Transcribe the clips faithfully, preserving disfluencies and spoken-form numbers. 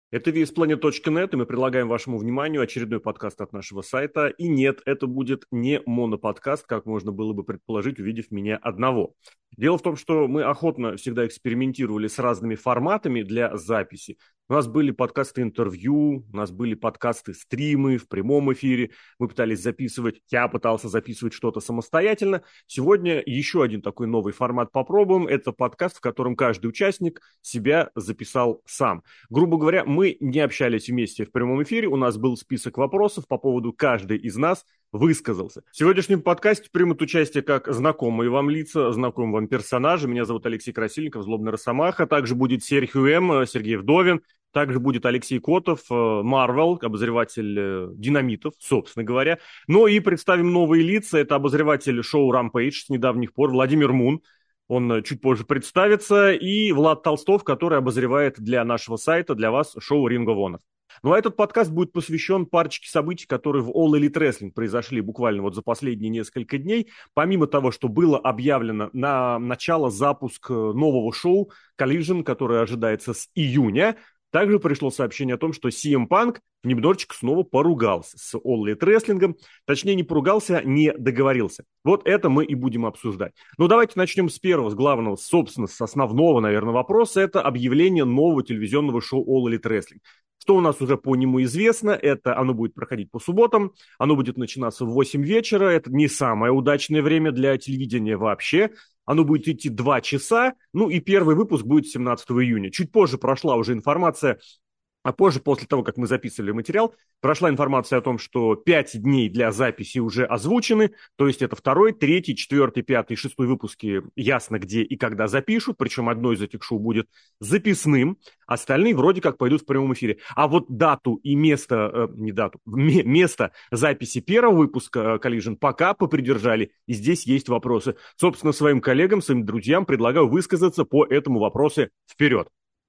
Это ви эс планет точка нет, и мы предлагаем вашему вниманию очередной подкаст от нашего сайта. И нет, это будет не моноподкаст, как можно было бы предположить, увидев меня одного. Дело в том, что мы охотно всегда экспериментировали с разными форматами для записи. У нас были подкасты-интервью, у нас были подкасты-стримы в прямом эфире. Мы пытались записывать, я пытался записывать что-то самостоятельно. Сегодня еще один такой новый формат попробуем. Это подкаст, в котором каждый участник себя записал сам. Грубо говоря, мы не общались вместе в прямом эфире, у нас был список вопросов по поводу каждый из нас высказался. В сегодняшнем подкасте примут участие как знакомые вам лица, знакомые вам персонажи. Меня зовут Алексей Красильников, Злобный Росомаха. Также будет Серхио М, Сергей Вдовин. Также будет Алексей Котов, Марвел, обозреватель динамитов, собственно говоря. Ну и представим новые лица. Это обозреватель шоу Rampage с недавних пор Владимир Мун. Он чуть позже представится. И Влад Толстов, который обозревает для нашего сайта, для вас шоу Ring of Honor. Ну а этот подкаст будет посвящен парочке событий, которые в All Elite Wrestling произошли буквально вот за последние несколько дней. Помимо того, что было объявлено на начало запуск нового шоу Collision, которое ожидается с июня, также пришло сообщение о том, что си эм Punk немножечко снова поругался с All Elite Wrestling. Точнее, не поругался, не договорился. Вот это мы и будем обсуждать. Ну, давайте начнем с первого, с главного, собственно, с основного, наверное, вопроса. Это объявление нового телевизионного шоу All Elite Wrestling. Что у нас уже по нему известно, это оно будет проходить по субботам, оно будет начинаться в восемь вечера, это не самое удачное время для телевидения вообще. Оно будет идти два часа, ну и первый выпуск будет семнадцатого июня. Чуть позже прошла уже информация, а позже, после того, как мы записывали материал, прошла информация о том, что пять дней для записи уже озвучены, то есть это второй, третий, четвертый, пятый, шестой выпуски ясно где и когда запишут, причем одно из этих шоу будет записным, остальные вроде как пойдут в прямом эфире. А вот дату и место, э, не дату, место записи первого выпуска Collision пока попридержали, и здесь есть вопросы. Собственно, своим коллегам, своим друзьям предлагаю высказаться по этому вопросу вперед.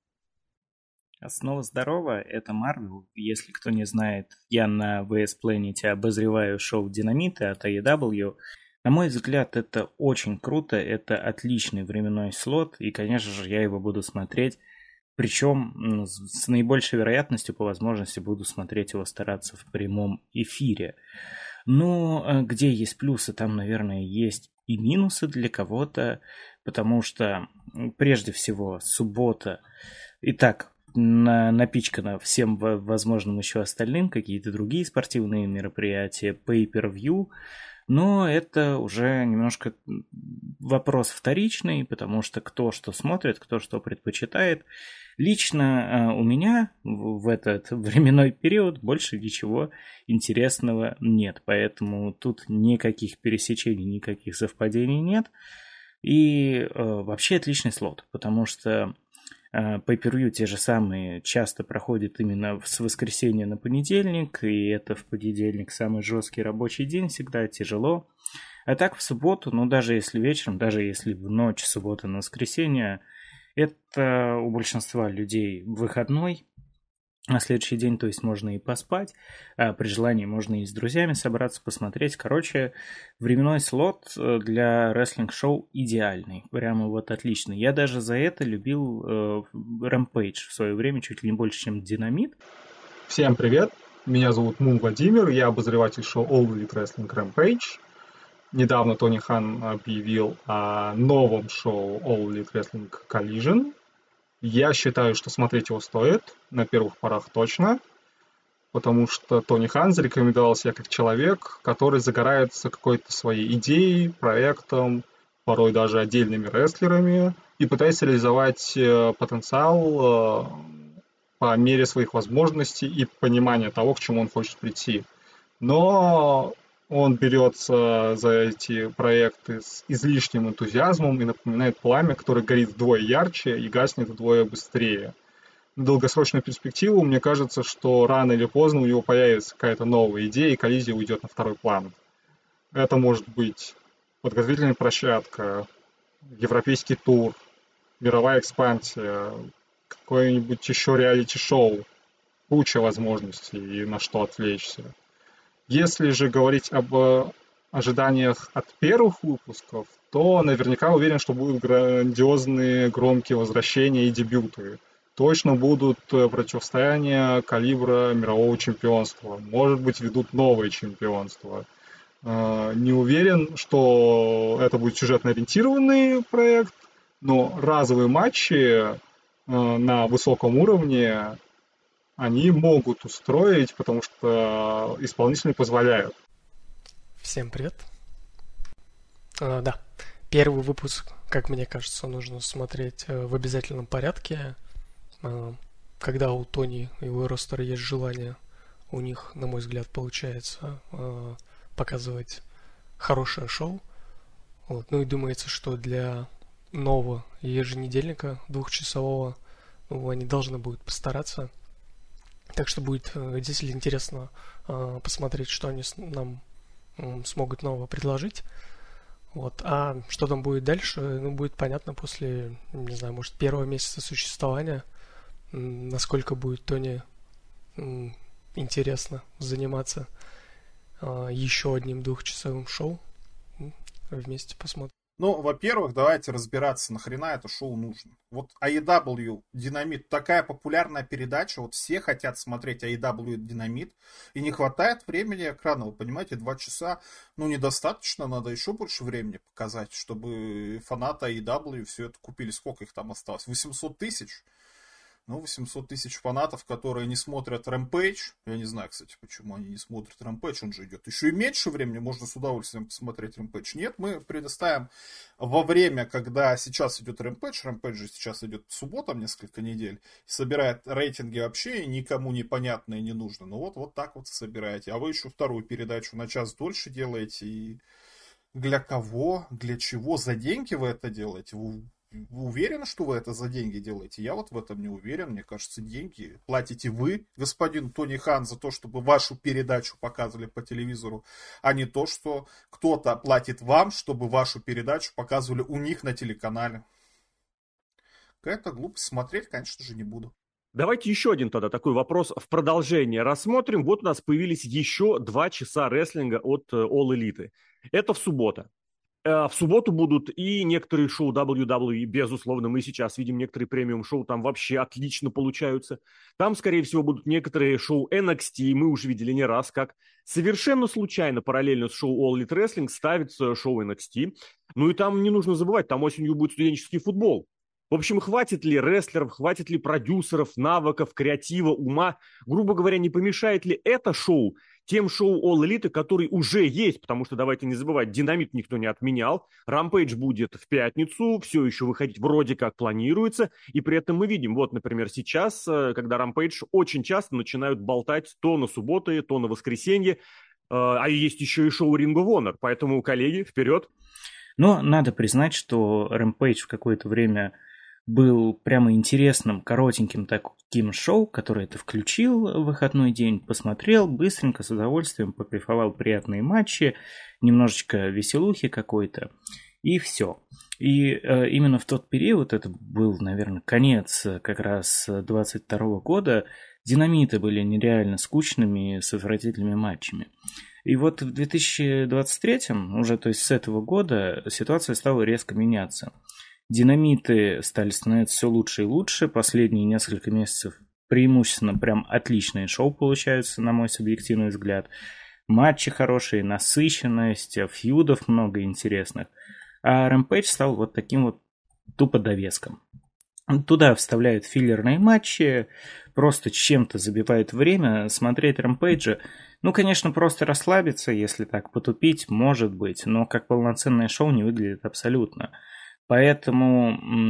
Снова здорово, это Марвел. Если кто не знает, я на ви эс Planet обозреваю шоу «Динамиты» от эй и дабл ю. На мой взгляд, это очень круто, это отличный временной слот, и, конечно же, я его буду смотреть. Причем с наибольшей вероятностью, по возможности, буду смотреть его, стараться в прямом эфире. Но где есть плюсы, там, наверное, есть и минусы для кого-то, потому что, прежде всего, суббота. Итак, напичкано всем возможным еще остальным, какие-то другие спортивные мероприятия, pay-per-view, но это уже немножко вопрос вторичный, потому что кто что смотрит, кто что предпочитает. Лично у меня в этот временной период больше ничего интересного нет, поэтому тут никаких пересечений, никаких совпадений нет. И вообще отличный слот, потому что pay-per-view те же самые часто проходят именно с воскресенья на понедельник, и это в понедельник самый жесткий рабочий день, всегда тяжело. А так в субботу, ну даже если вечером, даже если в ночь суббота на воскресенье, это у большинства людей выходной, на следующий день, то есть можно и поспать, а при желании можно и с друзьями собраться, посмотреть. Короче, временной слот для рестлинг-шоу идеальный, прямо вот отличный. Я даже за это любил э, Rampage в свое время, чуть ли не больше, чем Динамит. Всем привет, меня зовут Мун Владимир, я обозреватель шоу All Elite Wrestling Rampage. Недавно Тони Хан объявил о новом шоу All Elite Wrestling Collision. Я считаю, что смотреть его стоит, на первых порах точно, потому что Тони Хан зарекомендовал себя как человек, который загорается какой-то своей идеей, проектом, порой даже отдельными рестлерами, и пытается реализовать потенциал по мере своих возможностей и понимания того, к чему он хочет прийти. Но он берется за эти проекты с излишним энтузиазмом и напоминает пламя, которое горит вдвое ярче и гаснет вдвое быстрее. На долгосрочную перспективу, мне кажется, что рано или поздно у него появится какая-то новая идея, и коллизия уйдет на второй план. Это может быть подготовительная площадка, европейский тур, мировая экспансия, какое-нибудь еще реалити-шоу. Куча возможностей и на что отвлечься. Если же говорить об ожиданиях от первых выпусков, то наверняка уверен, что будут грандиозные, громкие возвращения и дебюты. точно будут противостояния калибра мирового чемпионства. Может быть, ведут новое чемпионство. Не уверен, что это будет сюжетно-ориентированный проект, но разовые матчи на высоком уровне они могут устроить, потому что исполнители позволяют. Всем привет. А, да, первый выпуск, как мне кажется, нужно смотреть в обязательном порядке. Когда у Тони и у Ростера есть желание, у них, на мой взгляд, получается показывать хорошее шоу. Вот. Ну и думается, что для нового еженедельника двухчасового, ну, они должны будут постараться. Так что будет действительно интересно э, посмотреть, что они с, нам э, смогут нового предложить. Вот. А что там будет дальше, ну, будет понятно после, не знаю, может, первого месяца существования, э, насколько будет Тони э, интересно заниматься э, еще одним двухчасовым шоу. Вместе посмотрим. Ну, во-первых, давайте разбираться, нахрена это шоу нужно. Вот эй и дабл ю Динамит такая популярная передача, вот все хотят смотреть эй и дабл ю Динамит, и не хватает времени экрана, вы понимаете, два часа, ну, недостаточно, надо еще больше времени показать, чтобы фанаты эй и дабл ю все это купили. Сколько их там осталось? восемьсот тысяч? Ну, восемьсот тысяч фанатов, которые не смотрят Rampage. Я не знаю, кстати, почему они не смотрят Rampage, он же идет. Еще и меньше времени, можно с удовольствием посмотреть Rampage. Нет, мы предоставим во время, когда сейчас идет Rampage, Rampage же сейчас идет субботам несколько недель, собирает рейтинги вообще никому непонятно и не нужно. Ну вот, вот так вот собираете. А вы еще вторую передачу на час дольше делаете. И для кого, для чего, за деньги вы это делаете? Вы Вы уверены, что вы это за деньги делаете? Я вот в этом не уверен. Мне кажется, деньги платите вы, господин Тони Хан, за то, чтобы вашу передачу показывали по телевизору, а не то, что кто-то платит вам, чтобы вашу передачу показывали у них на телеканале. Какая-то глупость. Смотреть, конечно же, не буду. Давайте еще один тогда такой вопрос в продолжение рассмотрим. Вот у нас появились еще два часа рестлинга от All Elite. Это в субботу. В субботу будут и некоторые шоу дабл ю дабл ю и, безусловно, мы сейчас видим некоторые премиум-шоу, там вообще отлично получаются. Там, скорее всего, будут некоторые шоу эн экс ти, мы уже видели не раз, как совершенно случайно параллельно с шоу All Elite Wrestling ставится шоу эн экс ти. Ну и там не нужно забывать, там осенью будет студенческий футбол. В общем, хватит ли рестлеров, хватит ли продюсеров, навыков, креатива, ума? Грубо говоря, не помешает ли это шоу тем шоу All Elite, который уже есть, потому что, давайте не забывать, Динамит никто не отменял, Rampage будет в пятницу, все еще выходить вроде как планируется, и при этом мы видим, вот, например, сейчас, когда Rampage очень часто начинают болтать то на субботы, то на воскресенье, а есть еще и шоу Ring of Honor, поэтому, коллеги, вперед. Но надо признать, что Rampage в какое-то время был прямо интересным, коротеньким таким шоу, которое ты включил в выходной день, посмотрел быстренько, с удовольствием, покайфовал приятные матчи, немножечко веселухи какой-то, и все. И э, именно в тот период, это был, наверное, конец как раз двадцать второго года, Динамиты были нереально скучными, с отвратительными матчами. И вот в две тысячи двадцать третьем, уже то есть с этого года, ситуация стала резко меняться. Динамиты стали становиться все лучше и лучше. Последние несколько месяцев преимущественно прям отличные шоу получаются, на мой субъективный взгляд. Матчи хорошие, насыщенность, фьюдов много интересных. А Rampage стал вот таким вот тупо довеском. Туда вставляют филлерные матчи, просто чем-то забивают время. Смотреть Rampage, ну, конечно, просто расслабиться, если так потупить, может быть, но как полноценное шоу не выглядит абсолютно. Поэтому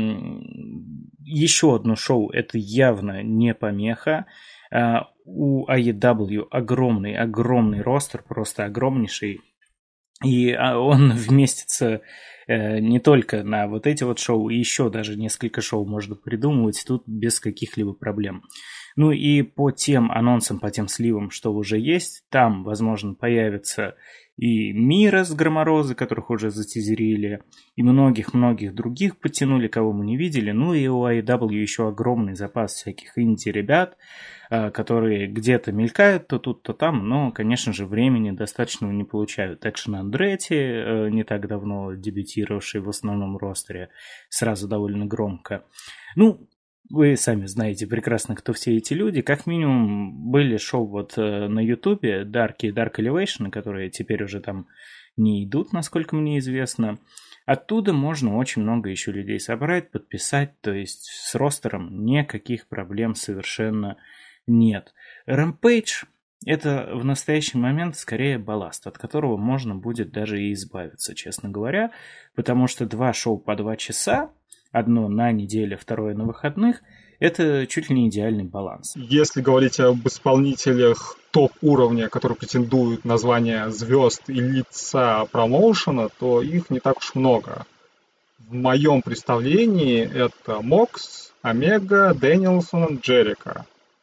м- еще одно шоу это явно не помеха. А, у эй и дабл ю огромный, огромный ростер, просто огромнейший. И он вместится э, не только на вот эти вот шоу, и еще даже несколько шоу можно придумывать тут без каких-либо проблем. Ну и по тем анонсам, по тем сливам, что уже есть, там, возможно, появится и Мира с Громорозы, которых уже затизерили, и многих-многих других подтянули, кого мы не видели. Ну и у эй и дабл ю еще огромный запас всяких инди-ребят, которые где-то мелькают то тут, то там, но, конечно же, времени достаточного не получают. Экшен Андретти, не так давно дебютировавший в основном ростере, сразу довольно громко. Ну, Вы сами знаете прекрасно, кто все эти люди. Как минимум были шоу вот на Ютубе Dark и Dark Elevation, которые теперь уже там не идут, насколько мне известно. Оттуда можно очень много еще людей собрать, подписать, то есть с ростером никаких проблем совершенно нет. Rampage — это в настоящий момент скорее балласт, от которого можно будет даже и избавиться, честно говоря, потому что два шоу по два часа, одно на неделе, второе на выходных, это чуть ли не идеальный баланс. Если говорить об исполнителях топ-уровня, которые претендуют на звание звезд и лица промоушена, то их не так уж много. В моем представлении это Мокс, Омега, Дэнилсон, Джерико.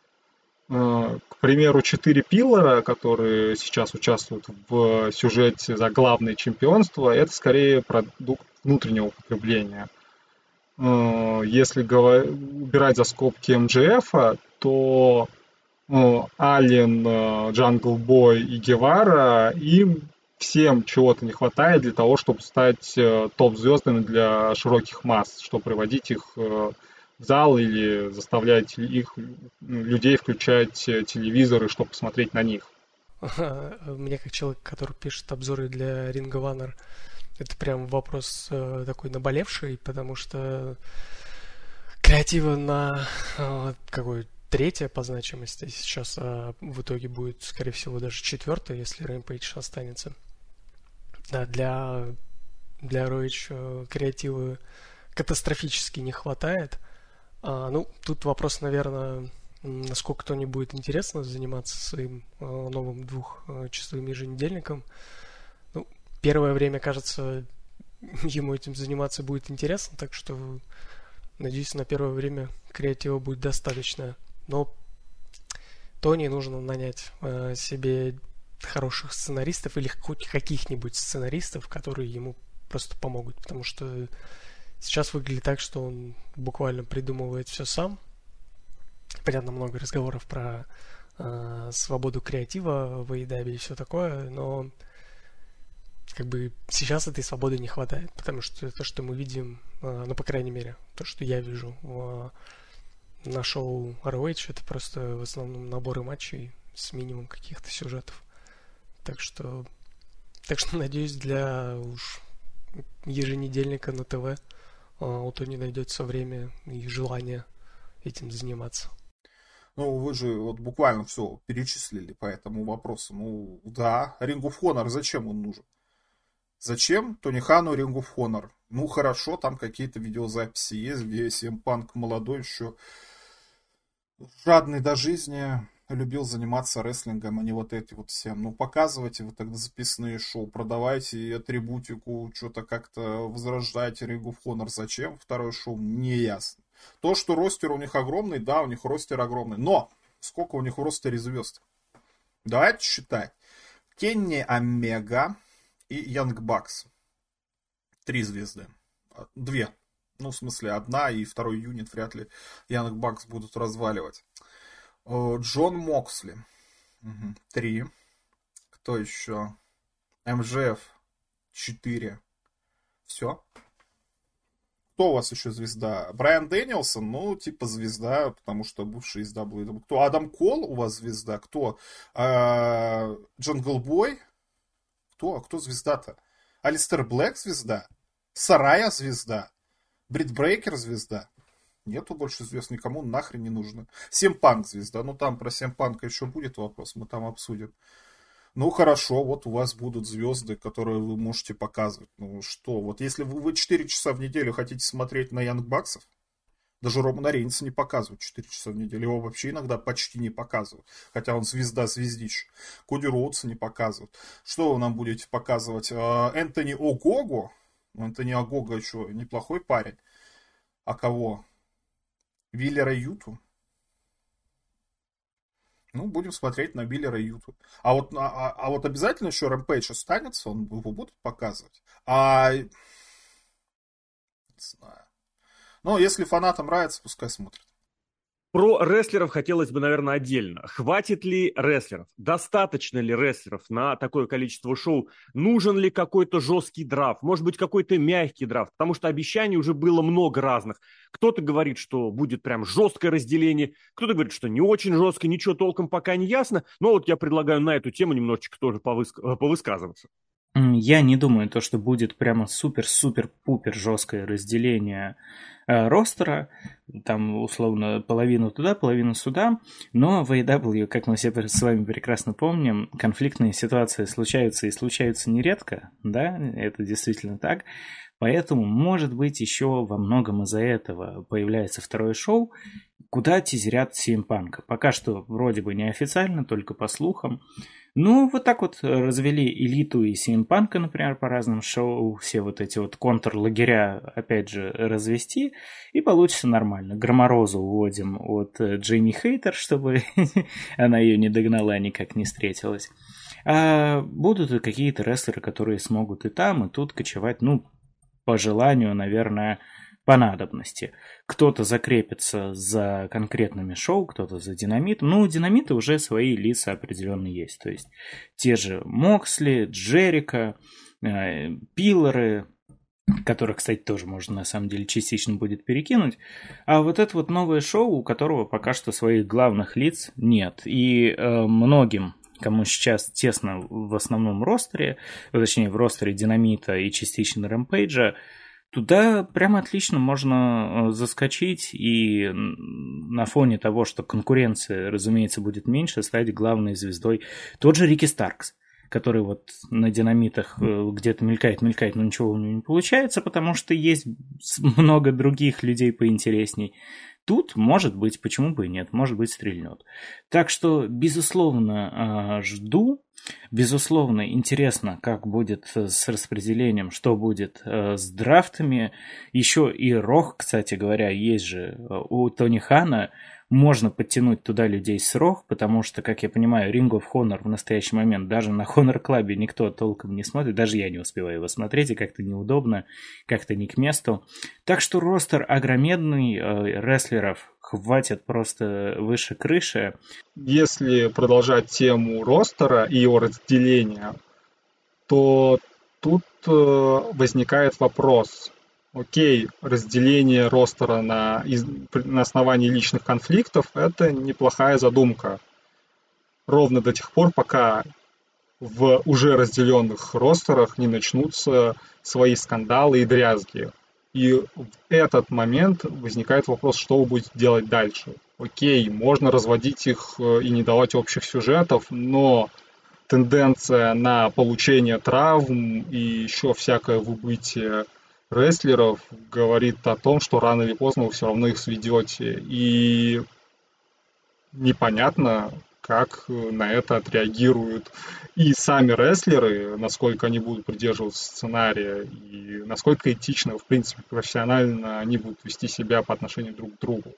К примеру, четыре пиллара, которые сейчас участвуют в сюжете за главное чемпионство, это скорее продукт внутреннего потребления. Если убирать за скобки эм джи эф, то Аллен, Джангл Бой и Гевара, им всем чего-то не хватает для того, чтобы стать топ-звездами для широких масс, чтобы приводить их в зал или заставлять их, людей включать телевизоры, чтобы посмотреть на них. Мне, как человек, который пишет обзоры для Ring of Honor, это прям вопрос э, такой наболевший, потому что креатива на э, какой третье по значимости сейчас, а в итоге будет, скорее всего, даже четвертое, если Rampage останется. Да, для, для Roach э, креатива катастрофически не хватает. А, ну, тут вопрос, наверное, насколько кто-нибудь будет интересно заниматься своим э, новым двухчасовым еженедельником. Ну, первое время, кажется, ему этим заниматься будет интересно, так что, надеюсь, на первое время креатива будет достаточно. Но Тони нужно нанять э, себе хороших сценаристов или хоть каких-нибудь сценаристов, которые ему просто помогут, потому что сейчас выглядит так, что он буквально придумывает все сам. Понятно, много разговоров про э, свободу креатива в эй и дабл ю и все такое, но как бы сейчас этой свободы не хватает, потому что то, что мы видим, э, ну, по крайней мере, то, что я вижу в, на шоу ар о эйч, это просто в основном наборы матчей с минимумом каких-то сюжетов. Так что, так что надеюсь, для уж еженедельника на ТВ э, у Тони найдется время и желание этим заниматься. Ну, вы же вот буквально все перечислили по этому вопросу. Ну, да, Ring of Honor, зачем он нужен? Зачем Тони Хану Ring of Honor? Ну, хорошо, там какие-то видеозаписи есть, где си эм Punk молодой еще, жадный до жизни, любил заниматься рестлингом, а не вот эти вот всем. Ну, показывайте вы тогда записанные шоу, продавайте атрибутику, что-то как-то возрождайте Ring of Honor. Зачем? Второе шоу не ясно. То, что ростер у них огромный, да, у них ростер огромный. Но сколько у них в ростере звезд? Давайте считать. Кенни Омега и Янг Бакс. Три звезды. Две. Ну, в смысле, одна и второй юнит вряд ли Янг Бакс будут разваливать. Джон Моксли. Угу. Три. Кто еще? эм джи эф. Четыре. Все. Кто у вас еще звезда? Брайан Дэнилсон, ну, типа звезда, потому что бывший из дабл ю дабл ю. Кто? Адам Кол у вас звезда? Кто? Джангл Бой? Кто? Кто звезда-то? Алистер Блэк звезда? Сарая звезда? Брит Брейкер звезда? Нету больше звезд, никому нахрен не нужно. си эм Punk звезда, ну там про си эм Punk еще будет вопрос, мы там обсудим. Ну хорошо, вот у вас будут звезды, которые вы можете показывать. Ну что, вот если вы, вы четыре часа в неделю хотите смотреть на Янг Баксов, даже Романа Рейнса не показывают четыре часа в неделю, его вообще иногда почти не показывают, хотя он звезда звездищ. Коди Роудса не показывают. Что вы нам будете показывать? Энтони Огого? Энтони Огого еще неплохой парень. А кого? Виллера Юту? Ну, будем смотреть на Виллера Юту. А вот, а, а вот обязательно еще Rampage останется, он его будут показывать. А... Не знаю. Ну, если фанатам нравится, пускай смотрят. Про рестлеров хотелось бы, наверное, отдельно. Хватит ли рестлеров? Достаточно ли рестлеров на такое количество шоу? Нужен ли какой-то жесткий драфт? Может быть, какой-то мягкий драфт? Потому что обещаний уже было много разных. Кто-то говорит, что будет прям жесткое разделение, кто-то говорит, что не очень жесткое, ничего толком пока не ясно. Но вот я предлагаю на эту тему немножечко тоже повыск- повысказываться. Я не думаю, то, что будет прямо супер-супер-пупер жесткое разделение э, ростера, там условно половину туда, половину сюда, но в эй дабл ю, как мы все с вами прекрасно помним, конфликтные ситуации случаются и случаются нередко, да, это действительно так, поэтому, может быть, еще во многом из-за этого появляется второе шоу, куда тизерят си эм Punk. Пока что вроде бы неофициально, только по слухам. Ну, вот так вот развели Элиту и си эм Punk, например, по разным шоу, все вот эти вот контрлагеря, опять же, развести, и получится нормально. Громорозу уводим от Джейми Хейтер, чтобы она ее не догнала, никак не встретилась. А будут и какие-то рестлеры, которые смогут и там, и тут кочевать, ну, по желанию, наверное, по надобности. Кто-то закрепится за конкретными шоу, кто-то за Динамитом. Ну, у Динамита уже свои лица определенно есть. То есть те же Моксли, Джерика, э, Пиллары, которых, кстати, тоже можно на самом деле частично будет перекинуть. А вот это вот новое шоу, у которого пока что своих главных лиц нет. И э, многим, кому сейчас тесно в основном ростере, точнее в ростере Динамита и частично Рэмпейджа, туда прямо отлично можно заскочить и на фоне того, что конкуренция, разумеется, будет меньше, стать главной звездой. Тот же Рики Старкс, который вот на Динамитах где-то мелькает-мелькает, но ничего у него не получается, потому что есть много других людей поинтересней. Тут, может быть, почему бы и нет, может быть, стрельнет. Так что, безусловно, жду. Безусловно, интересно, как будет с распределением, что будет с драфтами. Еще и Рох, кстати говоря, есть же у Тони Хана. Можно подтянуть туда людей с Рох, потому что, как я понимаю, Ring of Honor в настоящий момент даже на Honor Club никто толком не смотрит. Даже я не успеваю его смотреть, и как-то неудобно, как-то не к месту. Так что ростер огромедный, рестлеров хватит просто выше крыши. Если продолжать тему ростера и его разделения, то тут возникает вопрос. Окей, разделение ростера на, из, на основании личных конфликтов – это неплохая задумка. Ровно до тех пор, пока в уже разделенных ростерах не начнутся свои скандалы и дрязги. И в этот момент возникает вопрос, что вы будете делать дальше. Окей, можно разводить их и не давать общих сюжетов, но тенденция на получение травм и еще всякое выбытие рестлеров говорит о том, что рано или поздно вы все равно их сведете. И непонятно, как на это отреагируют и сами рестлеры, насколько они будут придерживаться сценария, и насколько этично, в принципе, профессионально они будут вести себя по отношению друг к другу.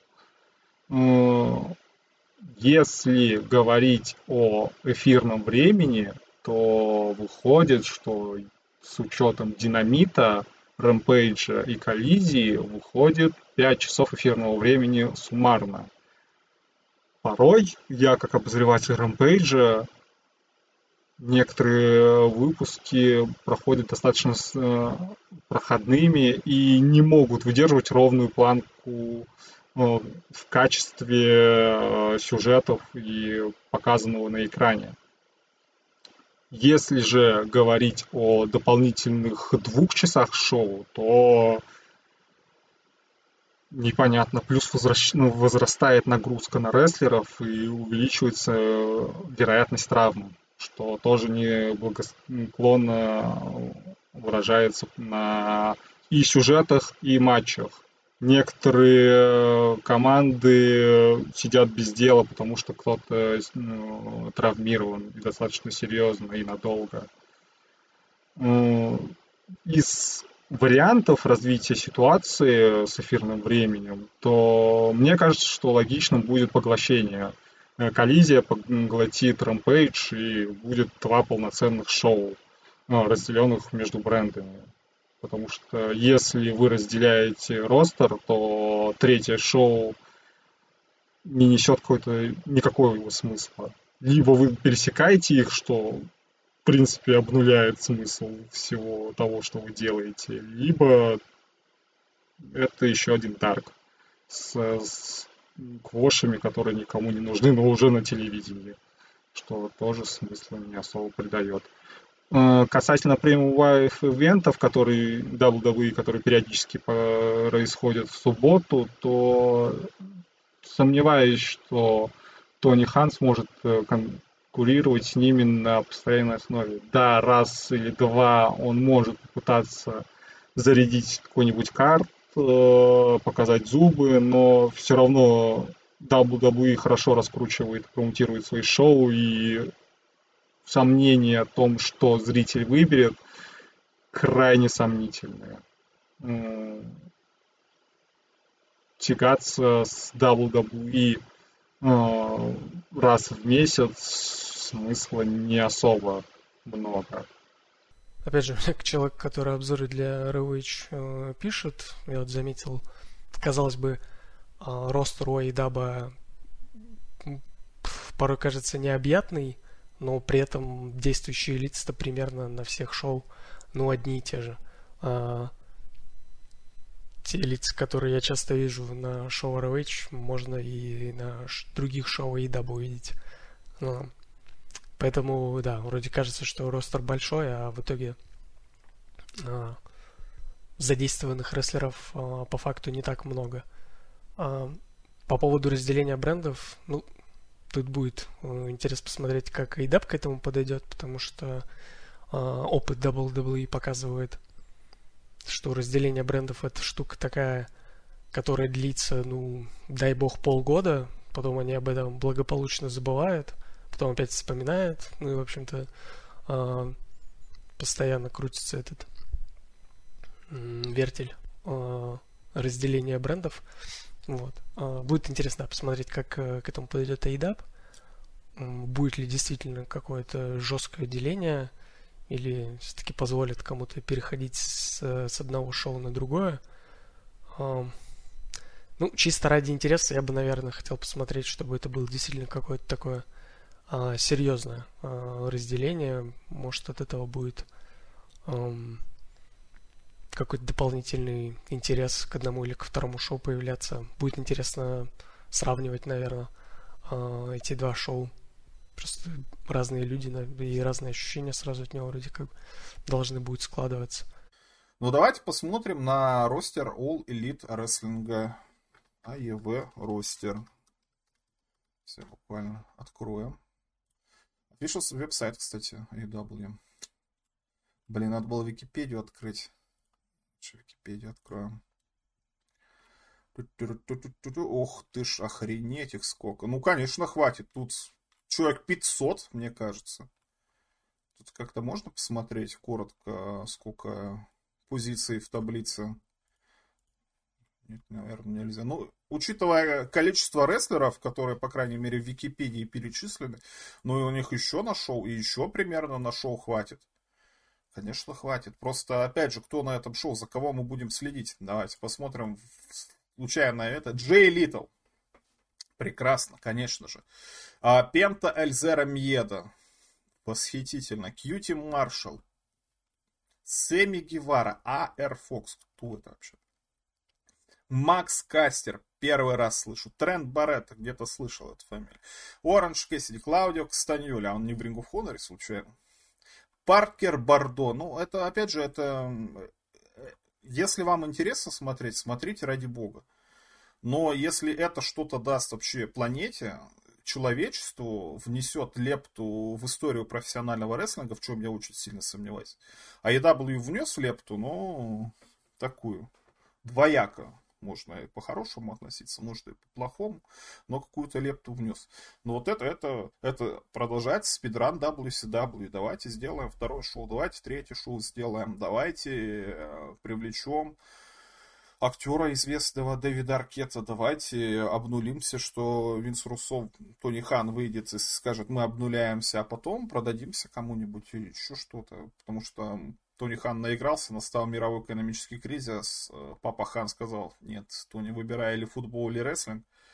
Если говорить о эфирном времени, то выходит, что с учетом Динамита, Рэмпейджа и Коллизии выходит пять часов эфирного времени суммарно. Порой я, как обозреватель Рэмпейджа, некоторые выпуски проходят достаточно проходными и не могут выдерживать ровную планку в качестве сюжетов и показанного на экране. Если же говорить о дополнительных двух часах шоу, то непонятно, плюс возрастает нагрузка на рестлеров и увеличивается вероятность травм, что тоже неблагосклонно выражается на и сюжетах, и матчах. Некоторые команды сидят без дела, потому что кто-то ну, травмирован достаточно серьезно и надолго. Из вариантов развития ситуации с эфирным временем, то мне кажется, что логичным будет поглощение. Коллизия поглотит Rampage и будет два полноценных шоу, разделенных между брендами. Потому что если вы разделяете ростер, то третье шоу не несет какой-то никакого смысла. Либо вы пересекаете их, что в принципе обнуляет смысл всего того, что вы делаете, либо это еще один дарк с, с квошами, которые никому не нужны, но уже на телевидении, что тоже смысла не особо придает. Касательно премиум лайф ивентов, которые дабл ю дабл ю и, которые периодически происходят в субботу, то сомневаюсь, что Тони Хан сможет конкурировать с ними на постоянной основе. Да, раз или два он может попытаться зарядить какой-нибудь карт, показать зубы, но все равно дабл ю дабл ю и хорошо раскручивает, промоутирует свои шоу, и сомнения о том, что зритель выберет, крайне сомнительные. Тягаться с дабл ю дабл ю и раз в месяц смысла не особо много. Опять же, как человек, который обзоры для эр о эйч э, пишет, я вот заметил, казалось бы, э, ростер у эй дабл ю порой кажется необъятный, но при этом действующие лица-то примерно на всех шоу, ну, одни и те же. А, те лица, которые я часто вижу на шоу эр о эйч, можно и на ш- других шоу эй дабл ю видеть. Ну, поэтому, да, вроде кажется, что ростер большой, а в итоге а, задействованных рестлеров а, по факту не так много. А, по поводу разделения брендов, ну, тут будет э, интересно посмотреть, как эй дабл ю к этому подойдет, потому что э, опыт дабл ю дабл ю и показывает, что разделение брендов — это штука такая, которая длится, ну, дай бог, полгода, потом они об этом благополучно забывают, потом опять вспоминают, ну и, в общем-то, э, постоянно крутится этот э, вертель э, разделения брендов. Вот. Будет интересно посмотреть, как к этому подойдет эй дабл ю. Будет ли действительно какое-то жесткое деление, или все-таки позволит кому-то переходить с, с одного шоу на другое. Ну, чисто ради интереса я бы, наверное, хотел посмотреть, чтобы это было действительно какое-то такое а, серьезное а, разделение. Может, от этого будет а, какой-то дополнительный интерес к одному или к второму шоу появляться. Будет интересно сравнивать, наверное, эти два шоу. Просто разные люди и разные ощущения сразу от него вроде как должны будут складываться. Ну, давайте посмотрим на ростер All Elite Wrestling эй и ви ростер. Все буквально откроем. Official веб-сайт, кстати, эй дабл ю. Блин, надо было Википедию открыть. Википедию откроем. Ох ты ж, охренеть их сколько. Ну, конечно, хватит. Тут человек пятьсот, мне кажется. Тут как-то можно посмотреть коротко, сколько позиций в таблице. Нет, наверное, нельзя. Ну, учитывая количество рестлеров, которые, по крайней мере, в Википедии перечислены, ну и у них еще на шоу, и еще примерно на шоу хватит. Конечно, хватит. Просто, опять же, кто на этом шоу, за кого мы будем следить? Давайте посмотрим случайно это. Джей Литл. Прекрасно, конечно же. А, Пента Эльзера Мьеда. Восхитительно. Кьюти Маршалл. Сэмми Гевара. А Эр Фокс. Кто это вообще? Макс Кастер. Первый раз слышу. Трент Барретта. Где-то слышал эту фамилию. Оранж Кэссиди. Клаудио Кастаньоли. А он не в Ring of Honor случайно? Паркер Бордо. Ну, это, опять же, это... Если вам интересно смотреть, смотрите ради бога. Но если это что-то даст вообще планете, человечеству, внесет лепту в историю профессионального рестлинга, в чем я очень сильно сомневаюсь. А эй дабл ю внес лепту, ну, такую, двояко. Можно и по-хорошему относиться, может и по-плохому, но какую-то лепту внес. Но вот это, это, это продолжается спидран дабл ю си дабл ю. Давайте сделаем второе шоу, давайте третье шоу сделаем, давайте э, привлечем актера известного Дэвида Аркета, давайте обнулимся, что Винс Руссо, Тони Хан выйдет и скажет, мы обнуляемся, а потом продадимся кому-нибудь или еще что-то, потому что Тони Хан наигрался, настал мировой экономический кризис, папа Хан сказал, нет, Тони, выбирай или футбол, или рестлинг,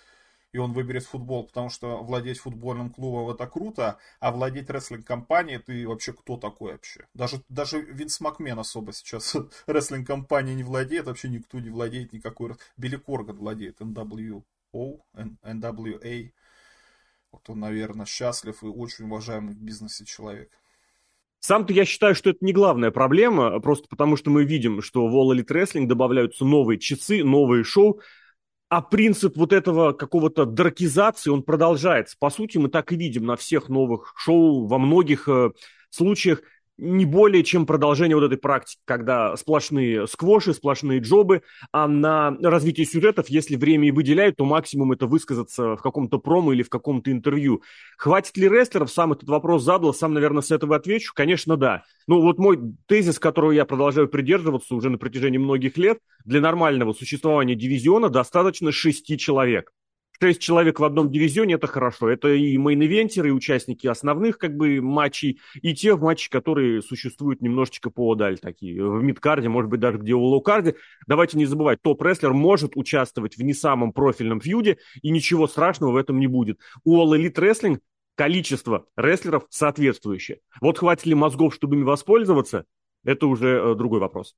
и он выберет футбол, потому что владеть футбольным клубом это круто, а владеть рестлинг-компанией, ты вообще кто такой вообще? Даже, даже Винс Макмен особо сейчас рестлинг-компанией не владеет, вообще никто не владеет никакой. Билли Корган владеет эн дабл ю о, эн дабл ю эй. Вот он, наверное, счастлив и очень уважаемый в бизнесе человек. Сам-то я считаю, что это не главная проблема, просто потому что мы видим, что в All Elite Wrestling добавляются новые часы, новые шоу, а принцип вот этого какого-то даркизации, он продолжается. По сути, мы так и видим на всех новых шоу, во многих э, случаях, не более чем продолжение вот этой практики, когда сплошные сквоши, сплошные джобы, а на развитие сюжетов, если время и выделяют, то максимум это высказаться в каком-то промо или в каком-то интервью. Хватит ли рестлеров? Сам этот вопрос задал, сам, наверное, с этого отвечу. Конечно, да. Ну вот мой тезис, которого я продолжаю придерживаться уже на протяжении многих лет, для нормального существования дивизиона достаточно шести человек. Шесть человек в одном дивизионе – это хорошо. Это и мейн-ивентеры, и участники основных как бы матчей, и те матчи, которые существуют немножечко поодаль, такие в мидкарде, может быть, даже где в лоукарде. Давайте не забывать, топ-рестлер может участвовать в не самом профильном фьюде, и ничего страшного в этом не будет. У All Elite Wrestling количество рестлеров соответствующее. Вот хватит ли мозгов, чтобы ими воспользоваться, это уже э, другой вопрос.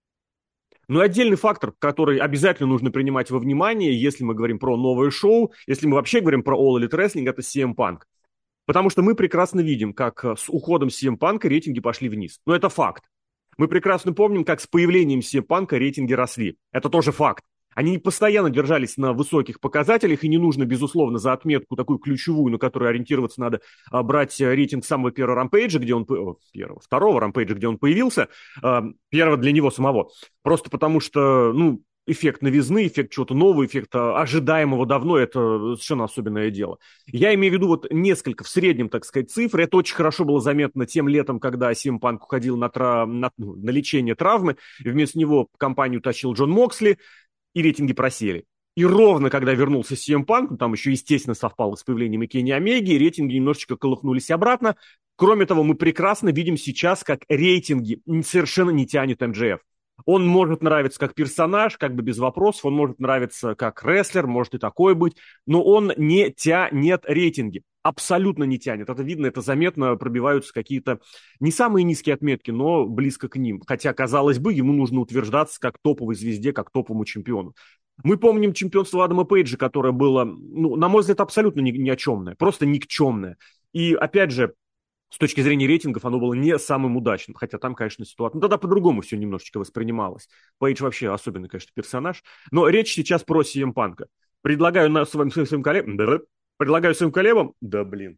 Но отдельный фактор, который обязательно нужно принимать во внимание, если мы говорим про новое шоу, если мы вообще говорим про All Elite Wrestling, это си эм Punk. Потому что мы прекрасно видим, как с уходом си эм Punk рейтинги пошли вниз. Но это факт. Мы прекрасно помним, как с появлением си эм Punk рейтинги росли. Это тоже факт. Они постоянно держались на высоких показателях, и не нужно, безусловно, за отметку такую ключевую, на которую ориентироваться надо, брать рейтинг самого первого рампейджа, где он... Первого, второго рампейджа, где он появился, первого для него самого. Просто потому что, ну, эффект новизны, эффект чего-то нового, эффект ожидаемого давно, это совершенно особенное дело. Я имею в виду вот несколько, в среднем, так сказать, цифр. Это очень хорошо было заметно тем летом, когда си эм Punk уходил на, тра... на... на лечение травмы, и вместо него компанию тащил Джон Моксли, и рейтинги просели. И ровно когда вернулся си эм Punk, ну, там еще, естественно, совпало с появлением и Кенни Омеги, рейтинги немножечко колыхнулись обратно. Кроме того, мы прекрасно видим сейчас, как рейтинги совершенно не тянет эм джей эф. Он может нравиться как персонаж, как бы без вопросов, он может нравиться как рестлер, может и такой быть, но он не тянет рейтинги. Абсолютно не тянет. Это видно, это заметно, пробиваются какие-то не самые низкие отметки, но близко к ним. Хотя, казалось бы, ему нужно утверждаться как топовой звезде, как топовому чемпиону. Мы помним чемпионство Адама Пейджа, которое было, ну, на мой взгляд, абсолютно ни, ни о чемное, просто никчемное. И, опять же, с точки зрения рейтингов оно было не самым удачным, хотя там, конечно, ситуация... Ну, тогда по-другому все немножечко воспринималось. Пейдж вообще особенный, конечно, персонаж. Но речь сейчас про си эм Punk. Предлагаю на своим, своим коллегам... Предлагаю своим коллегам... Да, блин.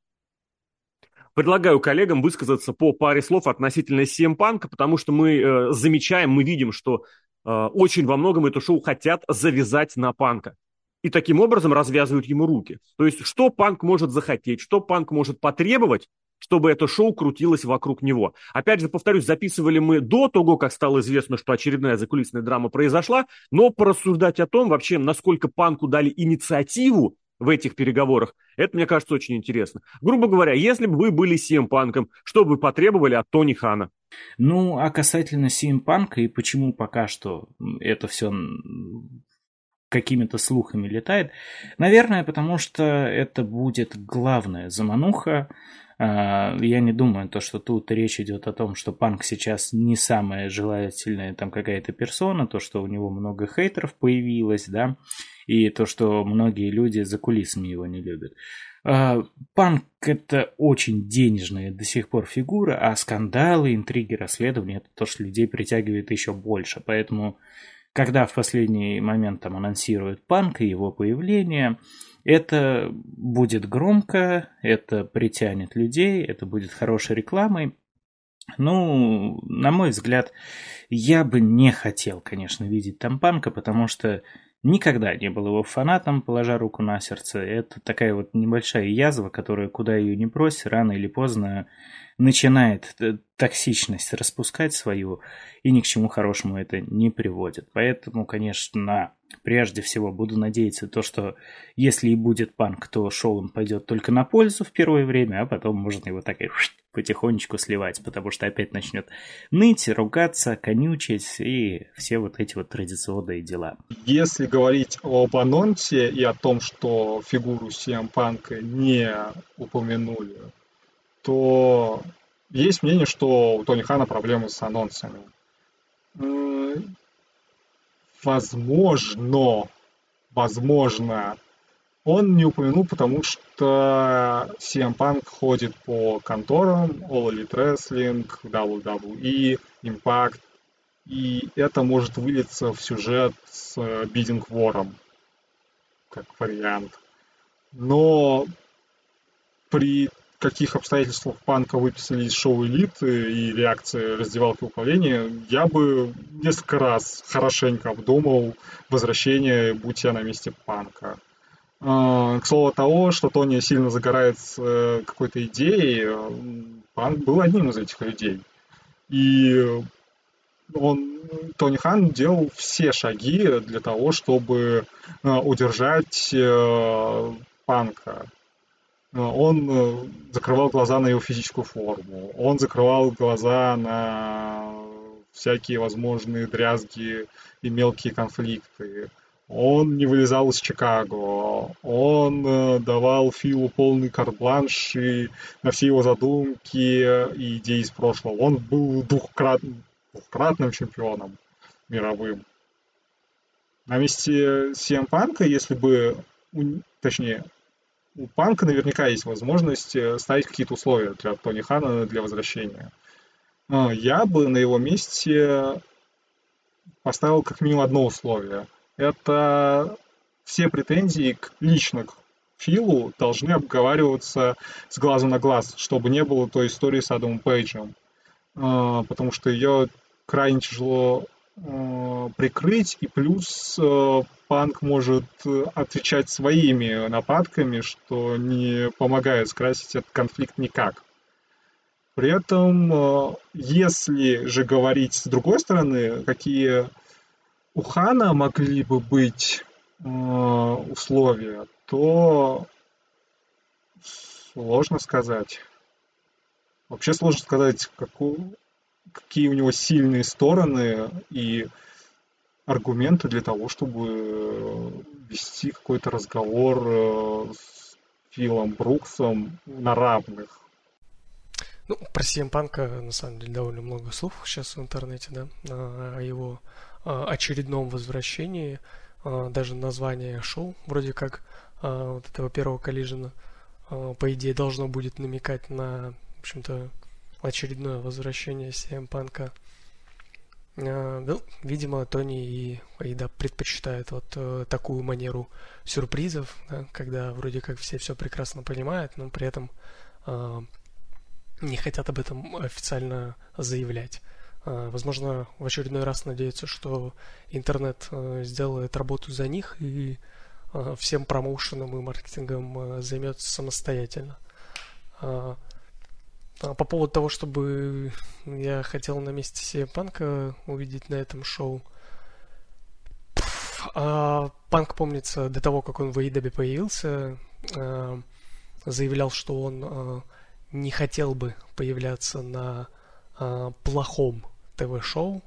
Предлагаю коллегам высказаться по паре слов относительно си эм Punk, потому что мы э, замечаем, мы видим, что э, очень во многом это шоу хотят завязать на Панка. И таким образом развязывают ему руки. То есть, что Панк может захотеть, что Панк может потребовать, чтобы это шоу крутилось вокруг него. Опять же, повторюсь, записывали мы до того, как стало известно, что очередная закулисная драма произошла, но порассуждать о том вообще, насколько Панку дали инициативу в этих переговорах, это, мне кажется, очень интересно. Грубо говоря, если бы вы были си эм Панком, что бы вы потребовали от Тони Хана? Ну, а касательно си эм Панка и почему пока что это все какими-то слухами летает, наверное, потому что это будет главная замануха. Я не думаю, то, что тут речь идет о том, что Панк сейчас не самая желательная там какая-то персона, то, что у него много хейтеров появилось, да, и то, что многие люди за кулисами его не любят. Панк – это очень денежная до сих пор фигура, а скандалы, интриги, расследования – это то, что людей притягивает еще больше. Поэтому, когда в последний момент там анонсируют Панка и его появление, это будет громко, это притянет людей, это будет хорошей рекламой. Ну, на мой взгляд, я бы не хотел, конечно, видеть там Панка, потому что никогда не был его фанатом, положа руку на сердце. Это такая вот небольшая язва, которая, куда ее не брось, рано или поздно начинает токсичность распускать свою, и ни к чему хорошему это не приводит. Поэтому, конечно, прежде всего буду надеяться то, что если и будет Панк, то шоу он пойдет только на пользу в первое время, а потом можно его так и потихонечку сливать, потому что опять начнет ныть, ругаться, конючить и все вот эти вот традиционные дела. Если говорить об анонсе и о том, что фигуру си эм Punk не упомянули, то есть мнение, что у Тони Хана проблемы с анонсами. Возможно, возможно, он не упомянул, потому что си эм Punk ходит по конторам All Elite Wrestling, дабл ю дабл ю и, Impact, и это может вылиться в сюжет с Bidding War'ом, как вариант. Но при каких обстоятельствах Панка выписали из шоу «Элиты» и реакции раздевалки управления, я бы несколько раз хорошенько обдумал возвращение, будь я на месте Панка. К слову того, что Тони сильно загорает с какой-то идеей, Панк был одним из этих людей. И он, Тони Хан делал все шаги для того, чтобы удержать Панка. Он закрывал глаза на его физическую форму, он закрывал глаза на всякие возможные дрязги и мелкие конфликты. Он не вылезал из Чикаго, он давал Филу полный карт-бланш и на все его задумки и идеи из прошлого. Он был двухкрат... двухкратным чемпионом мировым. На месте си эм Панка, если бы, точнее, у Панка наверняка есть возможность ставить какие-то условия для Тони Хана для возвращения. Я бы на его месте поставил как минимум одно условие. Это все претензии к, лично к Филу должны обговариваться с глазу на глаз, чтобы не было той истории с Адамом Пейджем. Потому что ее крайне тяжело прикрыть, и плюс Панк может отвечать своими нападками, что не помогает скрасить этот конфликт никак. При этом, если же говорить с другой стороны, какие у Хана могли бы быть условия, то сложно сказать. Вообще сложно сказать, какую... какие у него сильные стороны и аргументы для того, чтобы вести какой-то разговор с Филом Бруксом на равных. Ну, про си эм Punk, на самом деле, довольно много слов сейчас в интернете, да, о его очередном возвращении. Даже название шоу, вроде как вот этого первого коллижена, по идее, должно будет намекать на, в общем-то, очередное возвращение си эм Punk. Ну, видимо, Тони и Аида предпочитают вот такую манеру сюрпризов, да, когда вроде как все все прекрасно понимают, но при этом не хотят об этом официально заявлять. Возможно, в очередной раз надеются, что интернет сделает работу за них и всем промоушеном и маркетингом займется самостоятельно. По поводу того, чтобы я хотел на месте си эм Punk увидеть на этом шоу. Панк, помнится, до того, как он в эй и дабл ю появился, заявлял, что он не хотел бы появляться на плохом ТВ-шоу.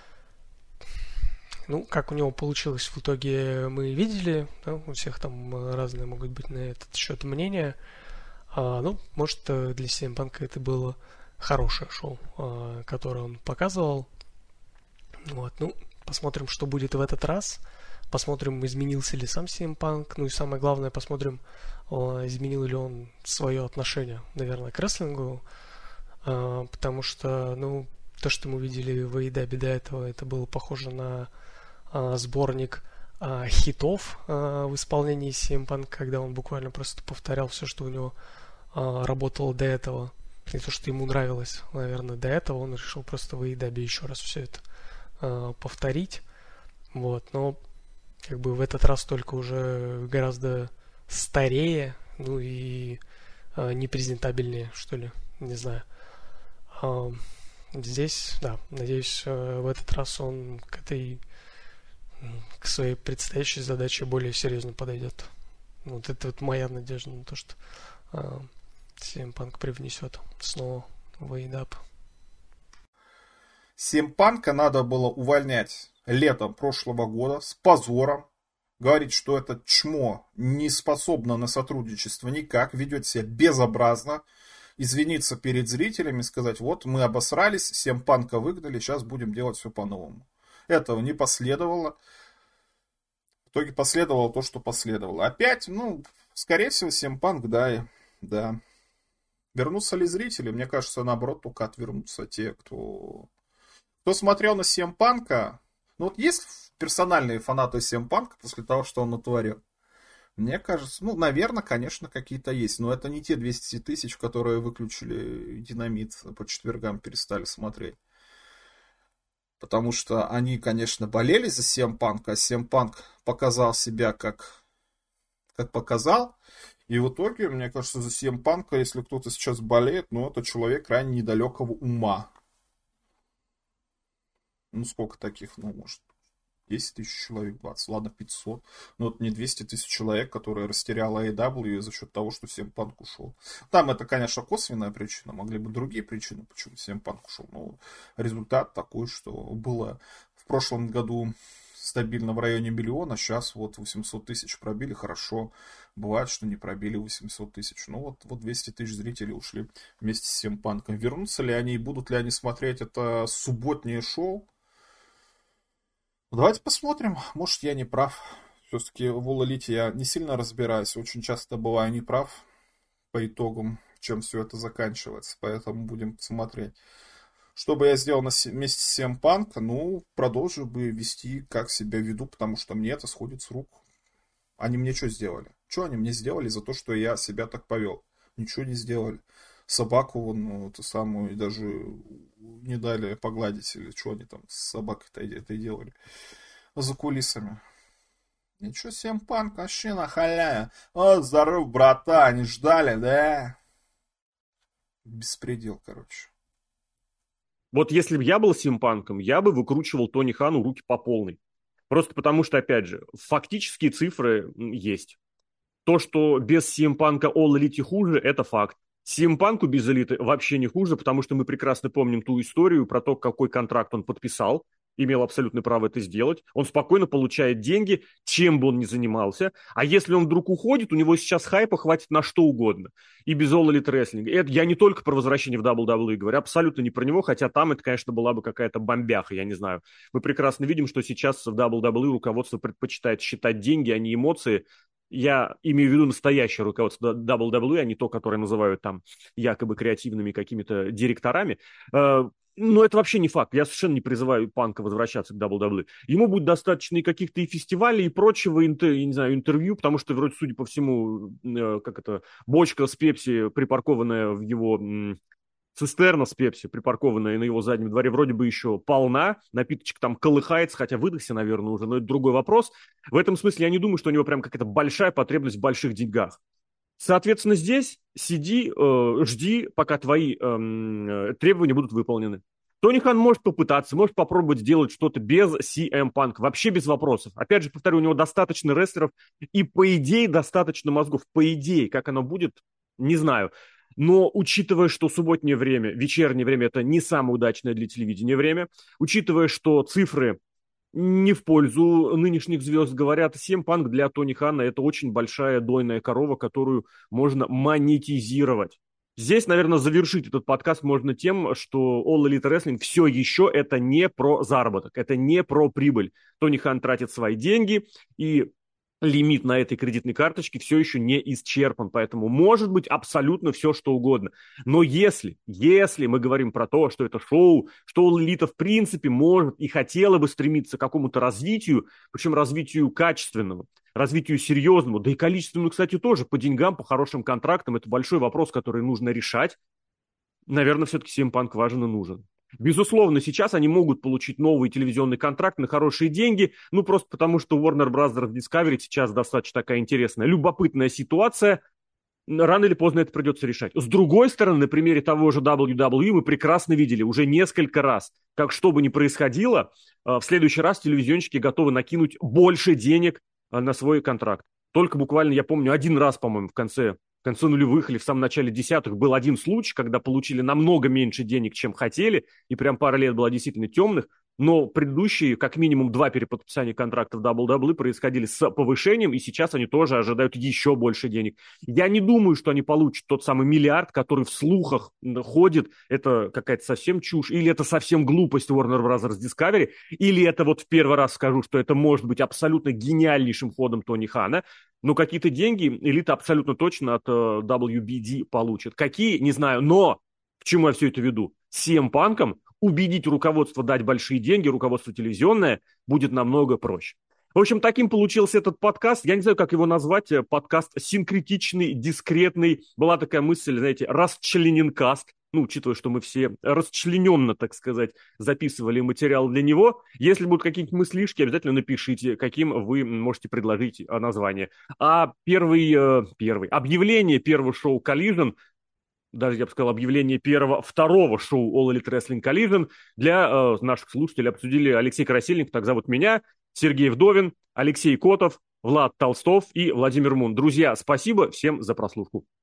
Ну, как у него получилось в итоге, мы видели. Да, у всех там разные могут быть на этот счет мнения. А, ну, может, для си эм Punk это было хорошее шоу, а, которое он показывал. Вот, ну, посмотрим, что будет в этот раз. Посмотрим, изменился ли сам си эм Punk. Ну и самое главное, посмотрим, а, изменил ли он свое отношение, наверное, к рестлингу. А, потому что, ну, то, что мы видели в эй и дабл ю до этого, это было похоже на а, сборник а, хитов а, в исполнении си эм Punk, когда он буквально просто повторял все, что у него а, работало до этого. И то, что ему нравилось, наверное, до этого, он решил просто в эй и дабл ю еще раз все это а, повторить. Вот, но как бы в этот раз только уже гораздо старее, ну и а, непрезентабельнее, что ли, не знаю. А, здесь, да, надеюсь, в этот раз он к этой, к своей предстоящей задаче более серьезно подойдет. Вот это вот моя надежда на то, что а, си эм Punk привнесет снова в эй и дабл ю. си эм Punk'а надо было увольнять летом прошлого года с позором. Говорить, что это чмо не способно на сотрудничество никак, ведет себя безобразно. Извиниться перед зрителями, сказать, вот мы обосрались, си эм Punk'а выгнали, сейчас будем делать все по-новому. Этого не последовало. В итоге последовало то, что последовало. Опять, ну, скорее всего, си эм Punk, да, да. Вернутся ли зрители? Мне кажется, наоборот, только отвернутся те, кто... Кто смотрел на си эм Punk'а. Ну, вот есть персональные фанаты си эм Punk'а после того, что он натворил? Мне кажется, ну, наверное, конечно, какие-то есть. Но это не те двести тысяч, которые выключили Динамит по четвергам, перестали смотреть. Потому что они, конечно, болели за си эм Punk, а си эм Punk показал себя как, как показал. И в итоге, мне кажется, за си эм Punk'а, если кто-то сейчас болеет, ну, это человек крайне недалекого ума. Ну, сколько таких, ну, может, десять тысяч человек, двадцать, ладно, пятьсот. Но это не двести тысяч человек, которые растеряла эй и дабл ю за счет того, что си эм Punk ушел. Там это, конечно, косвенная причина, могли бы другие причины, почему си эм Punk ушел. Но результат такой, что было в прошлом году стабильно в районе миллиона, сейчас вот восемьсот тысяч пробили, хорошо. Бывает, что не пробили восемьсот тысяч. Ну вот, вот двести тысяч зрителей ушли вместе с си эм Punk. Вернутся ли они и будут ли они смотреть это субботнее шоу? Давайте посмотрим. Может, я не прав. Все-таки в All Elite я не сильно разбираюсь. Очень часто бываю неправ по итогам, чем все это заканчивается. Поэтому будем смотреть. Что бы я сделал на месте си эм Punk? Ну, продолжу бы вести, как себя веду, потому что мне это сходит с рук. Они мне что сделали? Что они мне сделали за то, что я себя так повел? Ничего не сделали. Собаку, вон, ну, эту самую, даже не дали погладить, или что они там с собакой-то это и делали за кулисами. Ничего, си эм Punk вообще на халяве. О, здоров, брата, не ждали, да? Беспредел, короче. Вот если бы я был си эм Punk'ом, я бы выкручивал Тони Хану руки по полной. Просто потому что, опять же, фактические цифры есть. То, что без си эм Punk'а All Elite хуже, это факт. си эм Punk'у без элиты вообще не хуже, потому что мы прекрасно помним ту историю про то, какой контракт он подписал, имел абсолютное право это сделать. Он спокойно получает деньги, чем бы он ни занимался. А если он вдруг уходит, у него сейчас хайпа хватит на что угодно. И без All Elite Wrestling. Это я не только про возвращение в дабл ю дабл ю и говорю, абсолютно не про него, хотя там это, конечно, была бы какая-то бомбяха, я не знаю. Мы прекрасно видим, что сейчас в дабл ю дабл ю руководство предпочитает считать деньги, а не эмоции. Я имею в виду настоящее руководство дабл ю дабл ю и, а не то, которое называют там якобы креативными какими-то директорами. Но это вообще не факт. Я совершенно не призываю Панка возвращаться к дабл ю дабл ю. Ему будет достаточно и каких-то и фестивалей, и прочего, интер, я не знаю, интервью, потому что, вроде, судя по всему, как это, бочка с пепси, припаркованная в его... цистерна с пепси, припаркованная на его заднем дворе, вроде бы еще полна, напиточек там колыхается, хотя выдохся, наверное, уже, но это другой вопрос. В этом смысле я не думаю, что у него прям какая-то большая потребность в больших деньгах. Соответственно, здесь сиди, э, жди, пока твои э, требования будут выполнены. Тони Хан может попытаться, может попробовать сделать что-то без си эм Punk, вообще без вопросов. Опять же, повторю, у него достаточно рестлеров и, по идее, достаточно мозгов. По идее, как оно будет, не знаю. Но учитывая, что субботнее время, вечернее время – это не самое удачное для телевидения время, учитывая, что цифры не в пользу нынешних звезд говорят, си эм Punk для Тони Хана – это очень большая дойная корова, которую можно монетизировать. Здесь, наверное, завершить этот подкаст можно тем, что All Elite Wrestling все еще это не про заработок, это не про прибыль. Тони Хан тратит свои деньги, и лимит на этой кредитной карточке все еще не исчерпан, поэтому может быть абсолютно все, что угодно. Но если, если мы говорим про то, что это шоу, что All Elite в принципе может и хотела бы стремиться к какому-то развитию, причем развитию качественному, развитию серьезному, да и количественному, кстати, тоже, по деньгам, по хорошим контрактам, это большой вопрос, который нужно решать, наверное, все-таки си эм Punk важен и нужен. Безусловно, сейчас они могут получить новый телевизионный контракт на хорошие деньги, ну просто потому, что Warner Bros. Discovery сейчас достаточно такая интересная, любопытная ситуация. рано или поздно это придется решать. С другой стороны, на примере того же дабл ю дабл ю и мы прекрасно видели уже несколько раз, как что бы ни происходило, в следующий раз телевизионщики готовы накинуть больше денег на свой контракт. Только буквально, я помню, один раз, по-моему, в конце, в конце нулевых или в самом начале десятых был один случай, когда получили намного меньше денег, чем хотели, и прям пара лет было действительно темных. Но предыдущие, как минимум, два переподписания контрактов дабл ю дабл ю и происходили с повышением, и сейчас они тоже ожидают еще больше денег. Я не думаю, что они получат тот самый миллиард, который в слухах ходит. Это какая-то совсем чушь, или это совсем глупость Warner Bros. Discovery, или это вот в первый раз скажу, что это может быть абсолютно гениальнейшим ходом Тони Хана. Но какие-то деньги элита абсолютно точно от uh, дабл ю би ди получит. Какие? Не знаю, но к чему я все это веду? си эм Punk'ом убедить руководство дать большие деньги, руководство телевизионное, будет намного проще. В общем, таким получился этот подкаст. Я не знаю, как его назвать. Подкаст синкретичный, дискретный. Была такая мысль, знаете, расчлененкаст. Ну, учитывая, что мы все расчлененно, так сказать, записывали материал для него. Если будут какие-нибудь мыслишки, обязательно напишите, каким вы можете предложить название. А первый, первый объявление первого шоу Collision, даже, я бы сказал, объявление первого, второго шоу All Elite Wrestling Collision для э, наших слушателей обсудили Алексей Красильников, так зовут меня, Сергей Вдовин, Алексей Котов, Влад Толстов и Владимир Мун. Друзья, спасибо всем за прослушку.